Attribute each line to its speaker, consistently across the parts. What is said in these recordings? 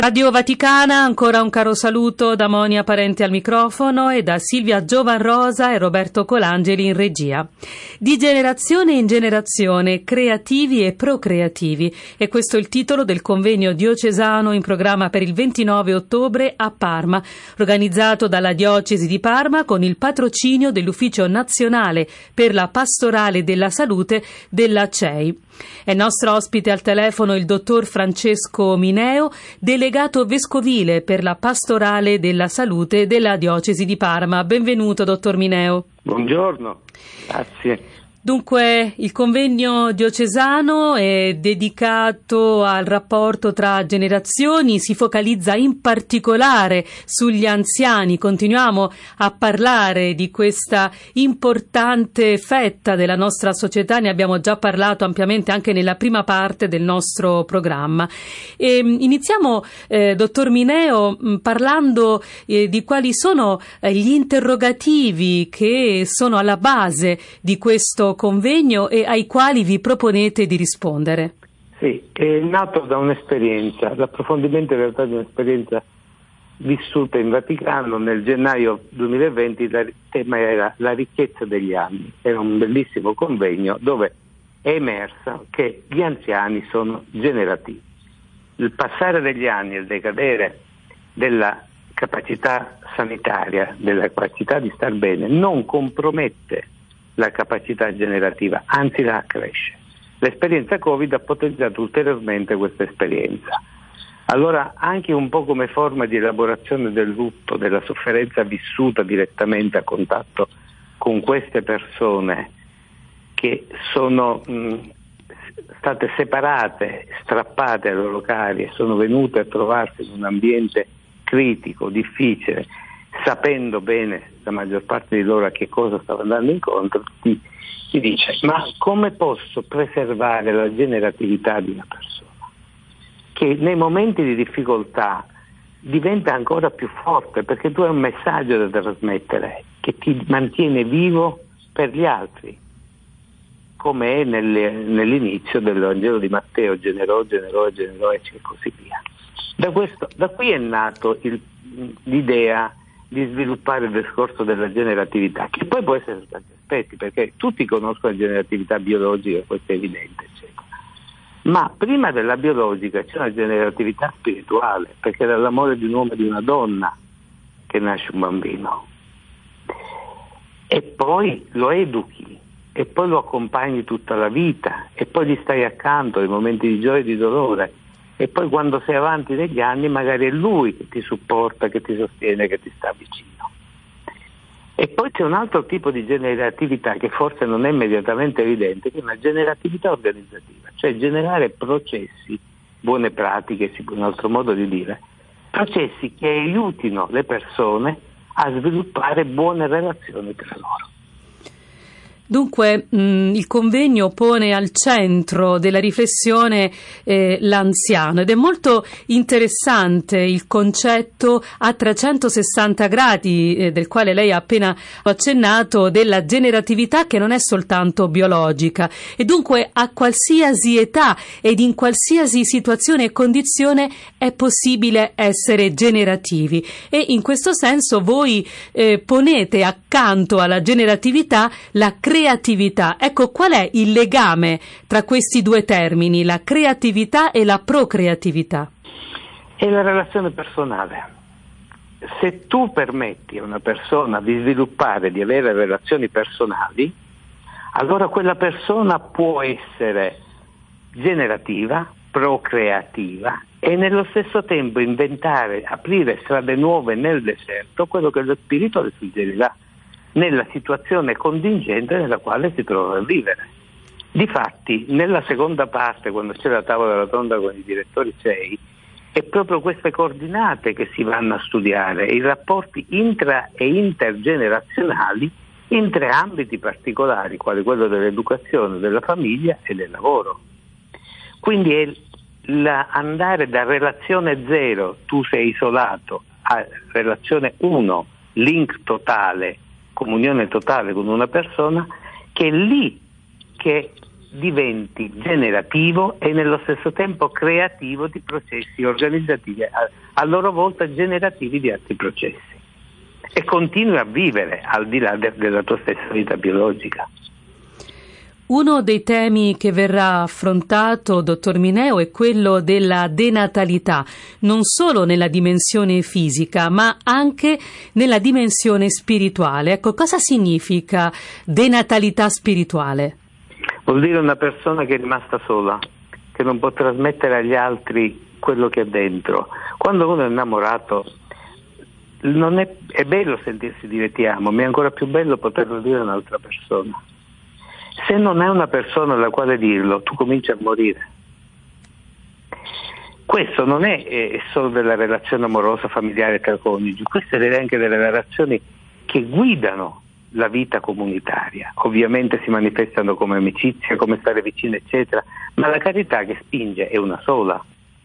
Speaker 1: Radio Vaticana, ancora un caro saluto da Monia Parenti al microfono e da Silvia Giovanrosa e Roberto Colangeli in regia. Di generazione in generazione, creativi e procreativi, è questo il titolo del convegno diocesano in programma per il 29 ottobre a Parma, organizzato dalla Diocesi di Parma con il patrocinio dell'Ufficio Nazionale per la Pastorale della Salute della CEI. È nostro ospite al telefono il dottor Francesco Mineo, delegato vescovile per la Pastorale della Salute della Diocesi di Parma. Benvenuto, dottor Mineo.
Speaker 2: Buongiorno, grazie.
Speaker 1: Dunque, il convegno diocesano è dedicato al rapporto tra generazioni, si focalizza in particolare sugli anziani. Continuiamo a parlare di questa importante fetta della nostra società, ne abbiamo già parlato ampiamente anche nella prima parte del nostro programma. Iniziamo, dottor Mineo, parlando di quali sono gli interrogativi che sono alla base di questo convegno e ai quali vi proponete di rispondere.
Speaker 2: Sì, è nato da un'esperienza, l'approfondimento in realtà di un'esperienza vissuta in Vaticano. Nel gennaio 2020 il tema era la ricchezza degli anni. Era un bellissimo convegno dove è emerso che gli anziani sono generativi. Il passare degli anni, il decadere della capacità sanitaria, della capacità di star bene, non compromette la capacità generativa, anzi la accresce. L'esperienza Covid ha potenziato ulteriormente questa esperienza. Allora, anche un po' come forma di elaborazione del lutto, della sofferenza vissuta direttamente a contatto con queste persone che sono state separate, strappate ai loro cari e sono venute a trovarsi in un ambiente critico, difficile, sapendo bene la maggior parte di loro a che cosa stava andando incontro, ti dice: ma come posso preservare la generatività di una persona che nei momenti di difficoltà diventa ancora più forte, perché tu hai un messaggio da trasmettere che ti mantiene vivo per gli altri, come è nell'inizio del Vangelo di Matteo: generò e così via. Da qui è nato l'idea di sviluppare il discorso della generatività, che poi può essere su tanti aspetti, perché tutti conoscono la generatività biologica, questo è evidente, eccetera. Ma prima della biologica c'è una generatività spirituale, perché è dall'amore di un uomo e di una donna che nasce un bambino. E poi lo educhi, e poi lo accompagni tutta la vita, e poi gli stai accanto nei momenti di gioia e di dolore. E poi quando sei avanti negli anni magari è lui che ti supporta, che ti sostiene, che ti sta vicino. E poi c'è un altro tipo di generatività che forse non è immediatamente evidente, che è una generatività organizzativa, cioè generare processi, buone pratiche, un altro modo di dire, processi che aiutino le persone a sviluppare buone relazioni tra loro.
Speaker 1: Dunque, il convegno pone al centro della riflessione l'anziano, ed è molto interessante il concetto a 360 gradi del quale lei ha appena accennato, della generatività che non è soltanto biologica, e dunque a qualsiasi età ed in qualsiasi situazione e condizione è possibile essere generativi, e in questo senso voi ponete accanto alla generatività la creatività. Ecco, qual è il legame tra questi due termini, la creatività e la procreatività?
Speaker 2: È la relazione personale. Se tu permetti a una persona di sviluppare, di avere relazioni personali, allora quella persona può essere generativa, procreativa e nello stesso tempo inventare, aprire strade nuove nel deserto, quello che lo spirito le suggerirà nella situazione contingente nella quale si trova a vivere. Difatti, nella seconda parte, quando c'è la tavola rotonda con i direttori CEI, è proprio queste coordinate che si vanno a studiare, i rapporti intra- e intergenerazionali in tre ambiti particolari, quali quello dell'educazione, della famiglia e del lavoro. Quindi è andare da relazione 0, tu sei isolato, a relazione 1, link totale, comunione totale con una persona, che è lì che diventi generativo e nello stesso tempo creativo di processi organizzativi, a loro volta generativi di altri processi, e continui a vivere al di là della tua stessa vita biologica.
Speaker 1: Uno dei temi che verrà affrontato, dottor Mineo, è quello della denatalità, non solo nella dimensione fisica, ma anche nella dimensione spirituale. Ecco, cosa significa denatalità spirituale? Vuol dire una persona che è rimasta sola, che non può trasmettere agli altri quello che ha dentro. Quando uno è innamorato, non è bello sentirsi dire ti amo, ma è ancora più bello poterlo dire a un'altra persona. Se non è una persona alla quale dirlo, tu cominci a morire. Questo non è solo della relazione amorosa familiare tra coniugi, questo è anche delle relazioni che guidano la vita comunitaria. Ovviamente si manifestano come amicizia, come stare vicino, eccetera, ma la carità che spinge è una sola.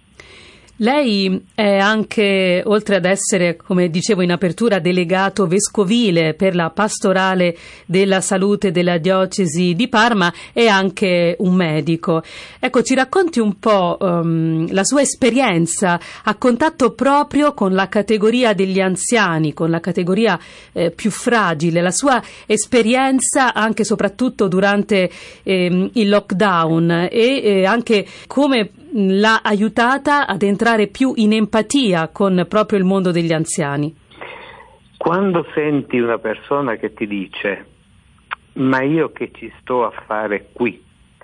Speaker 1: Lei è anche, oltre ad essere, come dicevo in apertura, delegato vescovile per la pastorale della salute della diocesi di Parma, è anche un medico. Ecco, ci racconti un po' la sua esperienza a contatto proprio con la categoria degli anziani, con la categoria più fragile, la sua esperienza anche e soprattutto durante il lockdown e anche come l'ha aiutata ad entrare più in empatia con proprio il mondo degli anziani. Quando senti una persona che ti dice ma io che ci sto a fare qui,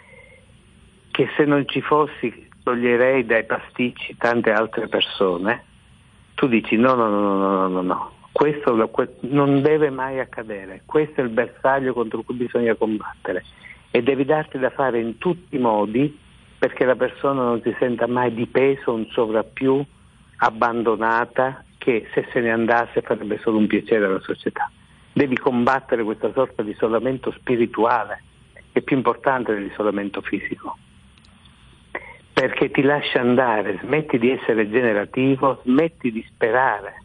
Speaker 1: che se non ci fossi toglierei dai pasticci tante altre persone, tu dici no, questo non deve mai accadere, questo è il bersaglio contro cui bisogna combattere e devi darti da fare in tutti i modi perché la persona non si senta mai di peso, un sovrappiù, abbandonata, che se se ne andasse farebbe solo un piacere alla società. Devi combattere questa sorta di isolamento spirituale, che è più importante dell'isolamento fisico, perché ti lascia andare, smetti di essere generativo, smetti di sperare,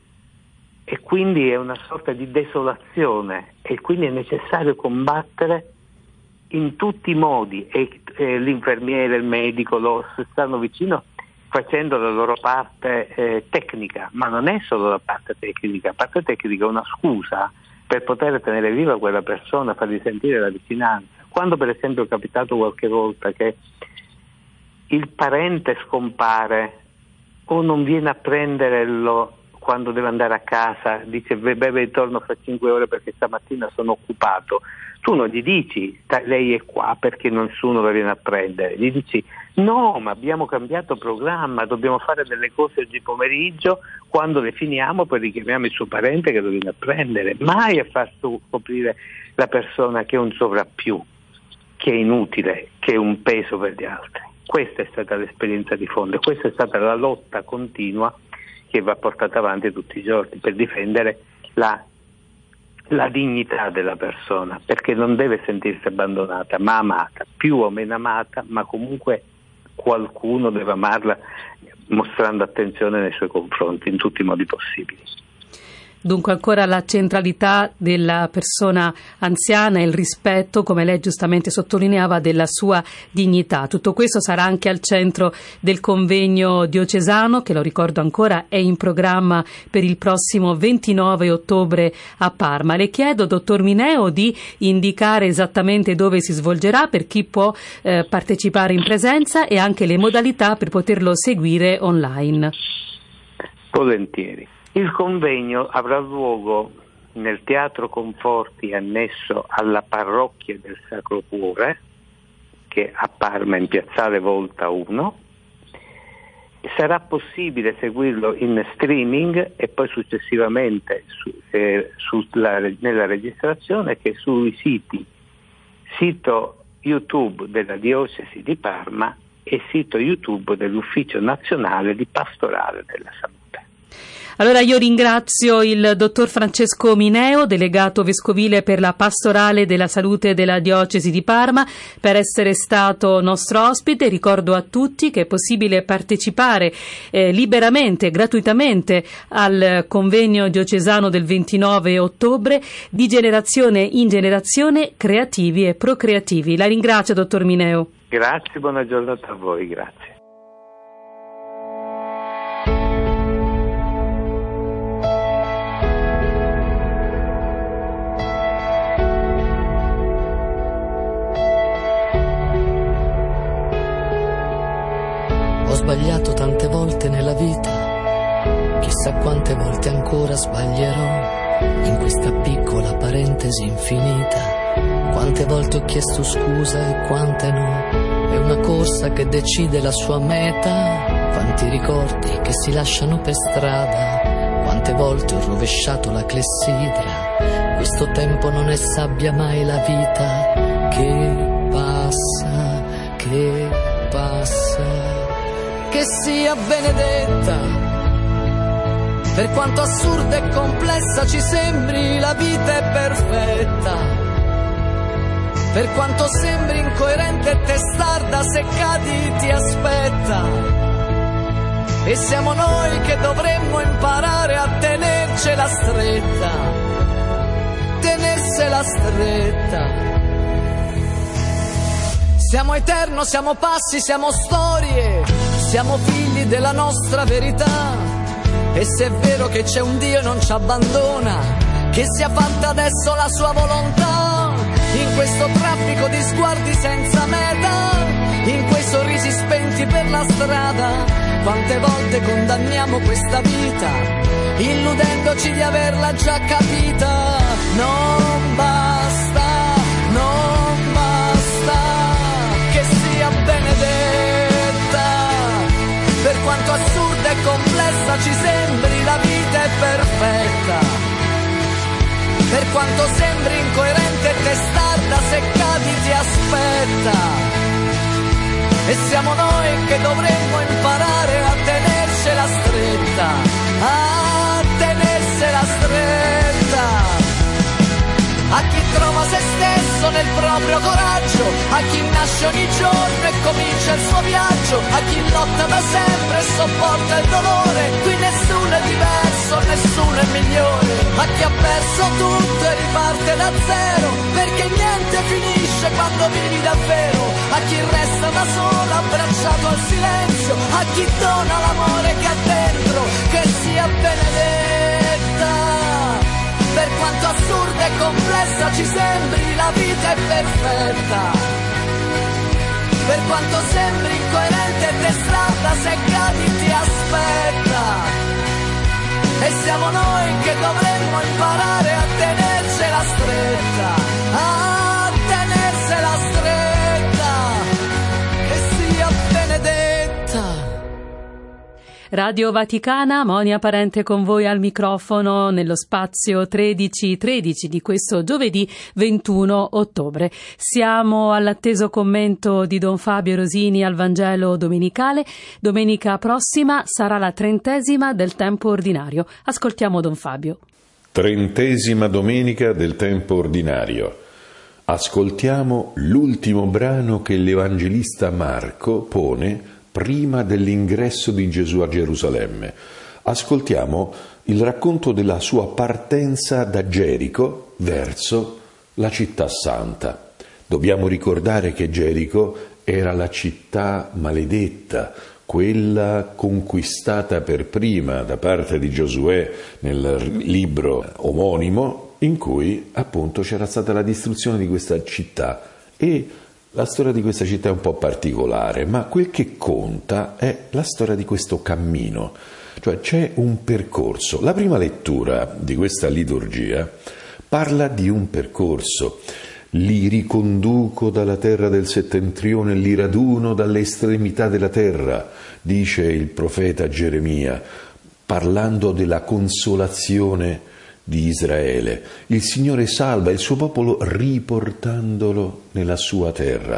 Speaker 1: e quindi è una sorta di desolazione, e quindi è necessario combattere in tutti i modi, e l'infermiere, il medico, l'OS stanno vicino facendo la loro parte tecnica, ma non è solo la parte tecnica. La parte tecnica è una scusa per poter tenere viva quella persona, fargli sentire la vicinanza. Quando per esempio è capitato qualche volta che il parente scompare o non viene a prenderlo quando deve andare a casa, dice bebe ritorno fra 5 ore perché stamattina sono occupato, tu non gli dici lei è qua perché nessuno la viene a prendere, gli dici no, ma abbiamo cambiato programma, dobbiamo fare delle cose oggi pomeriggio, quando le finiamo poi richiamiamo il suo parente che lo viene a prendere. Mai a far scoprire la persona che è un sovrappiù, che è inutile, che è un peso per gli altri. Questa è stata l'esperienza di fondo, questa è stata la lotta continua che va portata avanti tutti i giorni per difendere la dignità della persona, perché non deve sentirsi abbandonata, ma amata, più o meno amata, ma comunque qualcuno deve amarla mostrando attenzione nei suoi confronti in tutti i modi possibili. Dunque ancora la centralità della persona anziana e il rispetto, come lei giustamente sottolineava, della sua dignità. Tutto questo sarà anche al centro del convegno diocesano, che lo ricordo ancora è in programma per il prossimo 29 ottobre a Parma. Le chiedo, dottor Mineo, di indicare esattamente dove si svolgerà per chi può partecipare in presenza e anche le modalità per poterlo seguire online. Volentieri. Il convegno avrà luogo nel Teatro Conforti annesso alla Parrocchia del Sacro Cuore, che è a Parma in Piazzale Volta 1. Sarà possibile seguirlo in streaming e poi successivamente nella registrazione, che sui sito YouTube della Diocesi di Parma e sito YouTube dell'Ufficio Nazionale di Pastorale della Salute. Allora io ringrazio il dottor Francesco Mineo, delegato vescovile per la pastorale della salute della diocesi di Parma, per essere stato nostro ospite. Ricordo a tutti che è possibile partecipare liberamente, gratuitamente al convegno diocesano del 29 ottobre di Generazione in Generazione, creativi e procreativi. La ringrazio, dottor Mineo.
Speaker 2: Grazie, buona giornata a voi, grazie.
Speaker 3: Ho sbagliato tante volte nella vita, chissà quante volte ancora sbaglierò in questa piccola parentesi infinita. Quante volte ho chiesto scusa e quante no, è una corsa che decide la sua meta. Quanti ricordi che si lasciano per strada, quante volte ho rovesciato la clessidra. Questo tempo non è sabbia mai la vita che passa, che sia benedetta. Per quanto assurda e complessa ci sembri, la vita è perfetta. Per quanto sembri incoerente e testarda, se cadi ti aspetta. E siamo noi che dovremmo imparare a tenercela stretta, tenersela stretta. Siamo eterno, siamo passi, siamo storie, siamo figli della nostra verità. E se è vero che c'è un Dio e non ci abbandona, che sia fatta adesso la sua volontà. In questo traffico di sguardi senza meta, in quei sorrisi spenti per la strada, quante volte condanniamo questa vita, illudendoci di averla già capita. Non basta, non basta che sia benedetta. Per quanto assurda e complessa ci sembri, la vita è perfetta. Per quanto sembri incoerente e testarda, se cadi ti aspetta. E siamo noi che dovremmo imparare a tenersela stretta, a tenersela stretta. A chi trova se stesso nel proprio coraggio, a chi nasce ogni giorno e comincia il suo viaggio, a chi lotta da sempre e sopporta il dolore. Qui nessuno è diverso, nessuno è migliore. A chi ha perso tutto e riparte da zero, perché niente finisce quando vivi davvero. A chi resta da solo abbracciato al silenzio, a chi dona l'amore che ha dentro, che sia benedetta. Per quanto assurda e complessa ci sembri, la vita è perfetta. Per quanto sembri incoerente e testarda, se cadi ti aspetta. E siamo noi che dovremmo imparare a tenersela stretta, a tenersela stretta, che sia benedetta.
Speaker 1: Radio Vaticana, Monia Parente con voi al microfono nello spazio 1313 di questo giovedì 21 ottobre. Siamo all'atteso commento di Don Fabio Rosini al Vangelo domenicale. Domenica prossima sarà la 30ª del tempo ordinario. Ascoltiamo Don Fabio.
Speaker 4: 30ª domenica del tempo ordinario. Ascoltiamo l'ultimo brano che l'Evangelista Marco pone prima dell'ingresso di Gesù a Gerusalemme. Ascoltiamo il racconto della sua partenza da Gerico verso la città santa. Dobbiamo ricordare che Gerico era la città maledetta, quella conquistata per prima da parte di Giosuè nel libro omonimo, in cui appunto c'era stata la distruzione di questa città. E la storia di questa città è un po' particolare, ma quel che conta è la storia di questo cammino, cioè c'è un percorso. La prima lettura di questa liturgia parla di un percorso. Li riconduco dalla terra del settentrione, li raduno dalle estremità della terra, dice il profeta Geremia, parlando della consolazione di Israele. Il Signore salva il suo popolo riportandolo nella sua terra.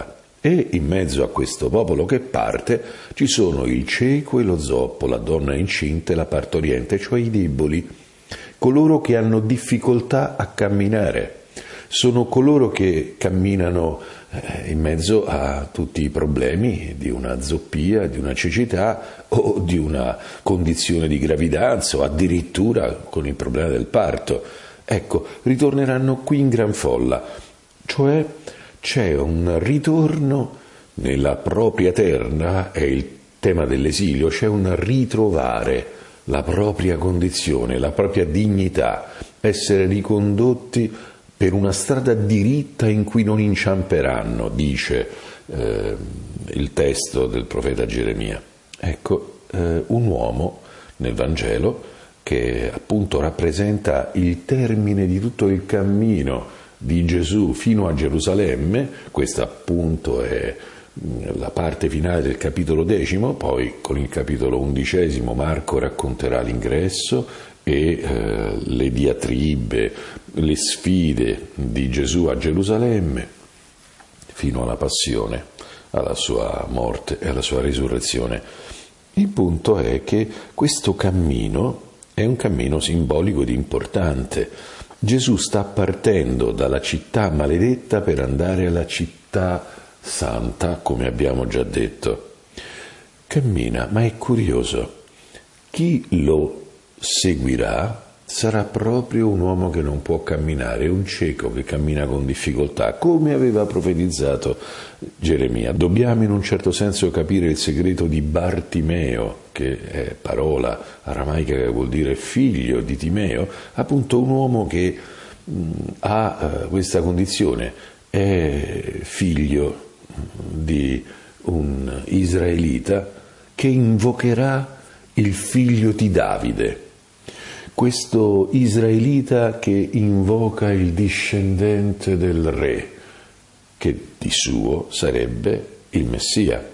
Speaker 4: E in mezzo a questo popolo che parte ci sono il cieco e lo zoppo, la donna incinta e la partoriente, cioè i deboli, coloro che hanno difficoltà a camminare. Sono coloro che camminano in mezzo a tutti i problemi di una zoppia, di una cecità o di una condizione di gravidanza o addirittura con il problema del parto. Ecco, ritorneranno qui in gran folla, cioè c'è un ritorno nella propria terra, è il tema dell'esilio, c'è un ritrovare la propria condizione, la propria dignità, essere ricondotti per una strada diritta in cui non inciamperanno, dice il testo del profeta Geremia. Ecco, un uomo nel Vangelo che appunto rappresenta il termine di tutto il cammino di Gesù fino a Gerusalemme, questa appunto è la parte finale del capitolo 10, poi con il capitolo 11 Marco racconterà l'ingresso e le diatribe, le sfide di Gesù a Gerusalemme fino alla passione, alla sua morte e alla sua risurrezione. Il punto è che questo cammino è un cammino simbolico ed importante. Gesù sta partendo dalla città maledetta per andare alla città santa, come abbiamo già detto. Cammina, ma è curioso, chi lo seguirà sarà proprio un uomo che non può camminare, un cieco che cammina con difficoltà, come aveva profetizzato Geremia. Dobbiamo in un certo senso capire il segreto di Bartimeo, che è parola aramaica che vuol dire figlio di Timeo, appunto un uomo che ha questa condizione, è figlio di un israelita che invocherà il figlio di Davide. Questo israelita che invoca il discendente del re, che di suo sarebbe il Messia.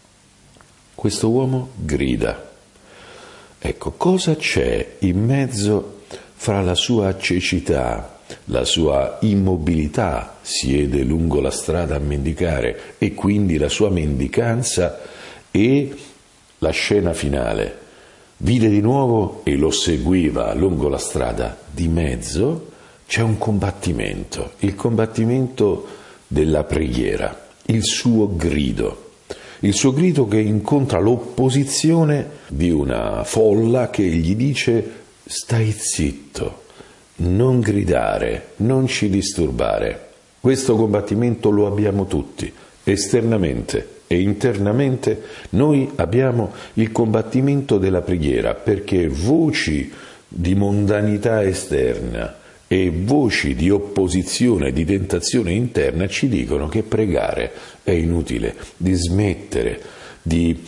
Speaker 4: Questo uomo grida. Ecco, cosa c'è in mezzo fra la sua cecità, la sua immobilità, siede lungo la strada a mendicare, e quindi la sua mendicanza, e la scena finale? Vide di nuovo e lo seguiva lungo la strada. Di mezzo c'è un combattimento, il combattimento della preghiera, il suo grido che incontra l'opposizione di una folla che gli dice: stai zitto, non gridare, non ci disturbare. Questo combattimento lo abbiamo tutti, esternamente e internamente. Noi abbiamo il combattimento della preghiera, perché voci di mondanità esterna e voci di opposizione, di tentazione interna ci dicono che pregare è inutile, di smettere, di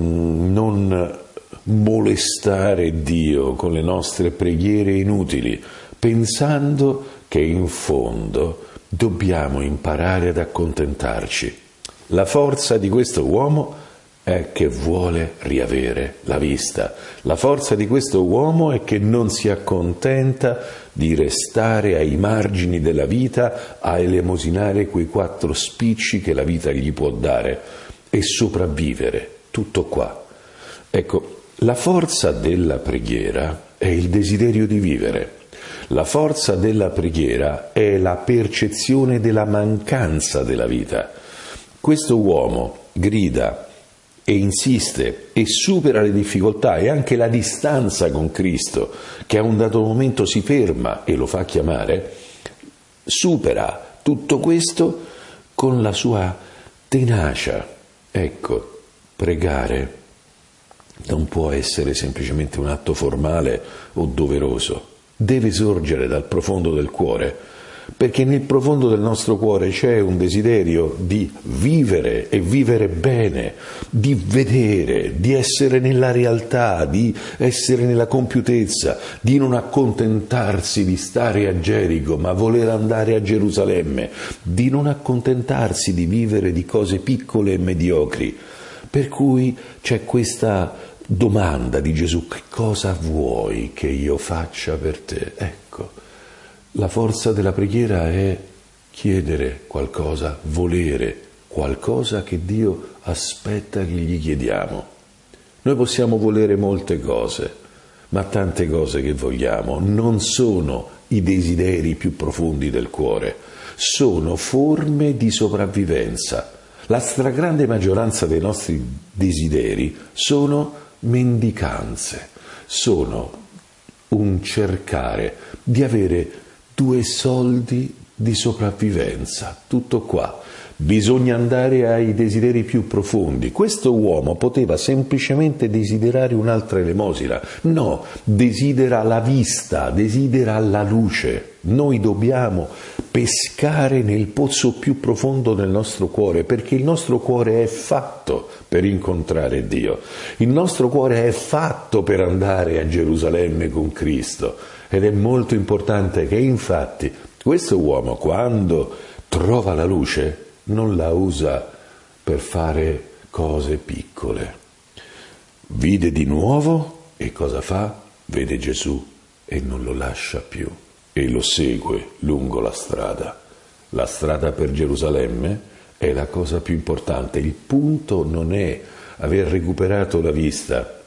Speaker 4: non molestare Dio con le nostre preghiere inutili, pensando che in fondo dobbiamo imparare ad accontentarci. La forza di questo uomo è che vuole riavere la vista. La forza di questo uomo è che non si accontenta di restare ai margini della vita a elemosinare quei 4 spicci che la vita gli può dare e sopravvivere. Tutto qua. Ecco, la forza della preghiera è il desiderio di vivere. La forza della preghiera è la percezione della mancanza della vita. Questo uomo grida e insiste e supera le difficoltà e anche la distanza con Cristo, che a un dato momento si ferma e lo fa chiamare, supera tutto questo con la sua tenacia. Ecco, pregare non può essere semplicemente un atto formale o doveroso, deve sorgere dal profondo del cuore, perché nel profondo del nostro cuore c'è un desiderio di vivere e vivere bene, di vedere, di essere nella realtà, di essere nella compiutezza, di non accontentarsi di stare a Gerico, ma voler andare a Gerusalemme, di non accontentarsi di vivere di cose piccole e mediocri. Per cui c'è questa domanda di Gesù: che cosa vuoi che io faccia per te? Ecco. La forza della preghiera è chiedere qualcosa, volere qualcosa che Dio aspetta che gli chiediamo. Noi possiamo volere molte cose, ma tante cose che vogliamo non sono i desideri più profondi del cuore, sono forme di sopravvivenza. La stragrande maggioranza dei nostri desideri sono mendicanze, sono un cercare di avere 2 soldi di sopravvivenza, tutto qua. Bisogna andare ai desideri più profondi. Questo uomo poteva semplicemente desiderare un'altra elemosina. No, desidera la vista, desidera la luce. Noi dobbiamo pescare nel pozzo più profondo del nostro cuore, perché il nostro cuore è fatto per incontrare Dio. Il nostro cuore è fatto per andare a Gerusalemme con Cristo. Ed è molto importante che infatti questo uomo, quando trova la luce, non la usa per fare cose piccole. Vide di nuovo e cosa fa? Vede Gesù e non lo lascia più e lo segue lungo la strada. La strada per Gerusalemme è la cosa più importante. Il punto non è aver recuperato la vista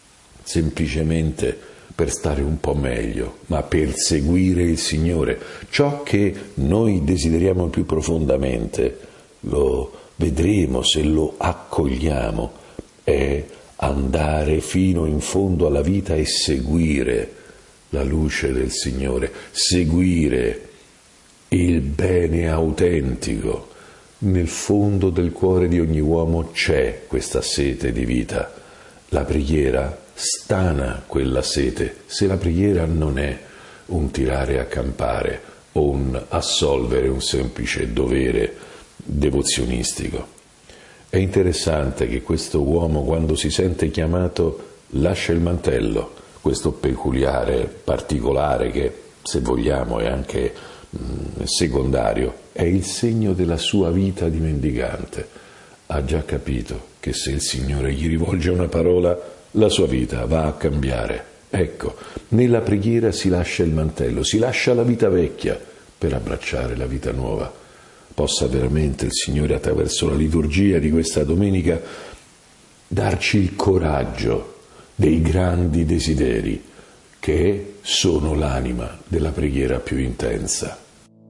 Speaker 4: semplicemente per stare un po' meglio, ma per seguire il Signore. Ciò che noi desideriamo più profondamente, lo vedremo se lo accogliamo, è andare fino in fondo alla vita e seguire la luce del Signore, seguire il bene autentico. Nel fondo del cuore di ogni uomo c'è questa sete di vita. La preghiera stana quella sete. Se la preghiera non è un tirare a campare o un assolvere un semplice dovere devozionistico. È interessante che questo uomo, quando si sente chiamato, lascia il mantello, questo peculiare, particolare, che se vogliamo è anche secondario, è il segno della sua vita di mendicante. Ha già capito che se il Signore gli rivolge una parola, la sua vita va a cambiare. Ecco, nella preghiera si lascia il mantello, si lascia la vita vecchia per abbracciare la vita nuova. Possa veramente il Signore, attraverso la liturgia di questa domenica, darci il coraggio dei grandi desideri che sono l'anima della preghiera più intensa.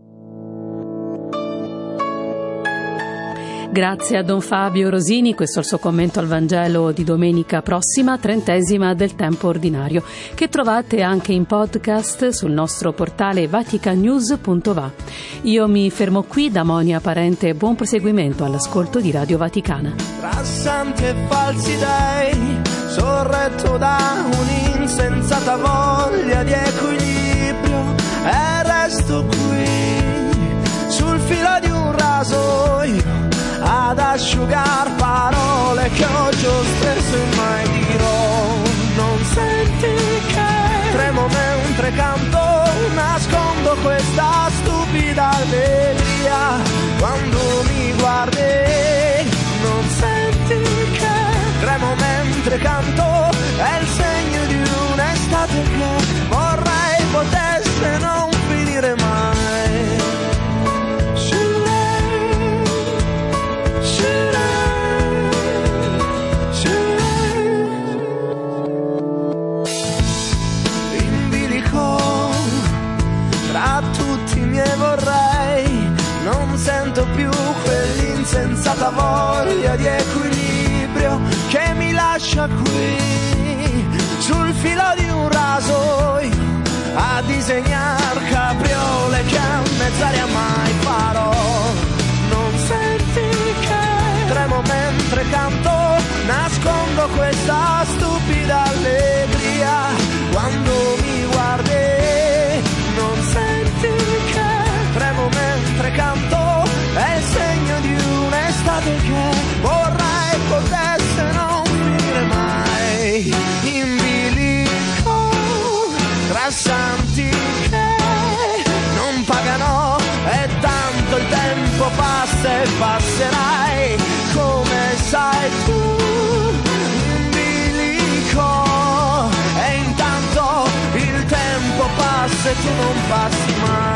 Speaker 1: Grazie a Don Fabio Rosini, questo è il suo commento al Vangelo di domenica prossima, 30ª del tempo ordinario, che trovate anche in podcast sul nostro portale vaticanews.va. Io mi fermo qui, da Monia Parente, buon proseguimento all'ascolto di Radio Vaticana.
Speaker 5: Tra santi e falsi dei, sorretto da un'insensata voglia di equilibrio, e resto qui sul filo di un rasoio ad asciugar parole che oggi ho speso e mai dirò. Non senti che tremo mentre canto, nascondo questa stupida allegria quando mi guardi. Non senti che tremo mentre canto, è il segno di un'estate che vorrei potesse non finire mai. Sento più quell'insensata voglia di equilibrio che mi lascia qui sul filo di un rasoio a disegnar capriole che a mezz'aria mai farò. Non senti che tremo mentre canto, nascondo questa stupida allegria quando mi guardi. Non senti che tremo mentre canto, è il segno di un'estate che vorrei potesse non finire mai. In bilico tra santi che non pagano, e tanto il tempo passa e passerai, come sai tu. In bilico, e intanto il tempo passa e tu non passi mai.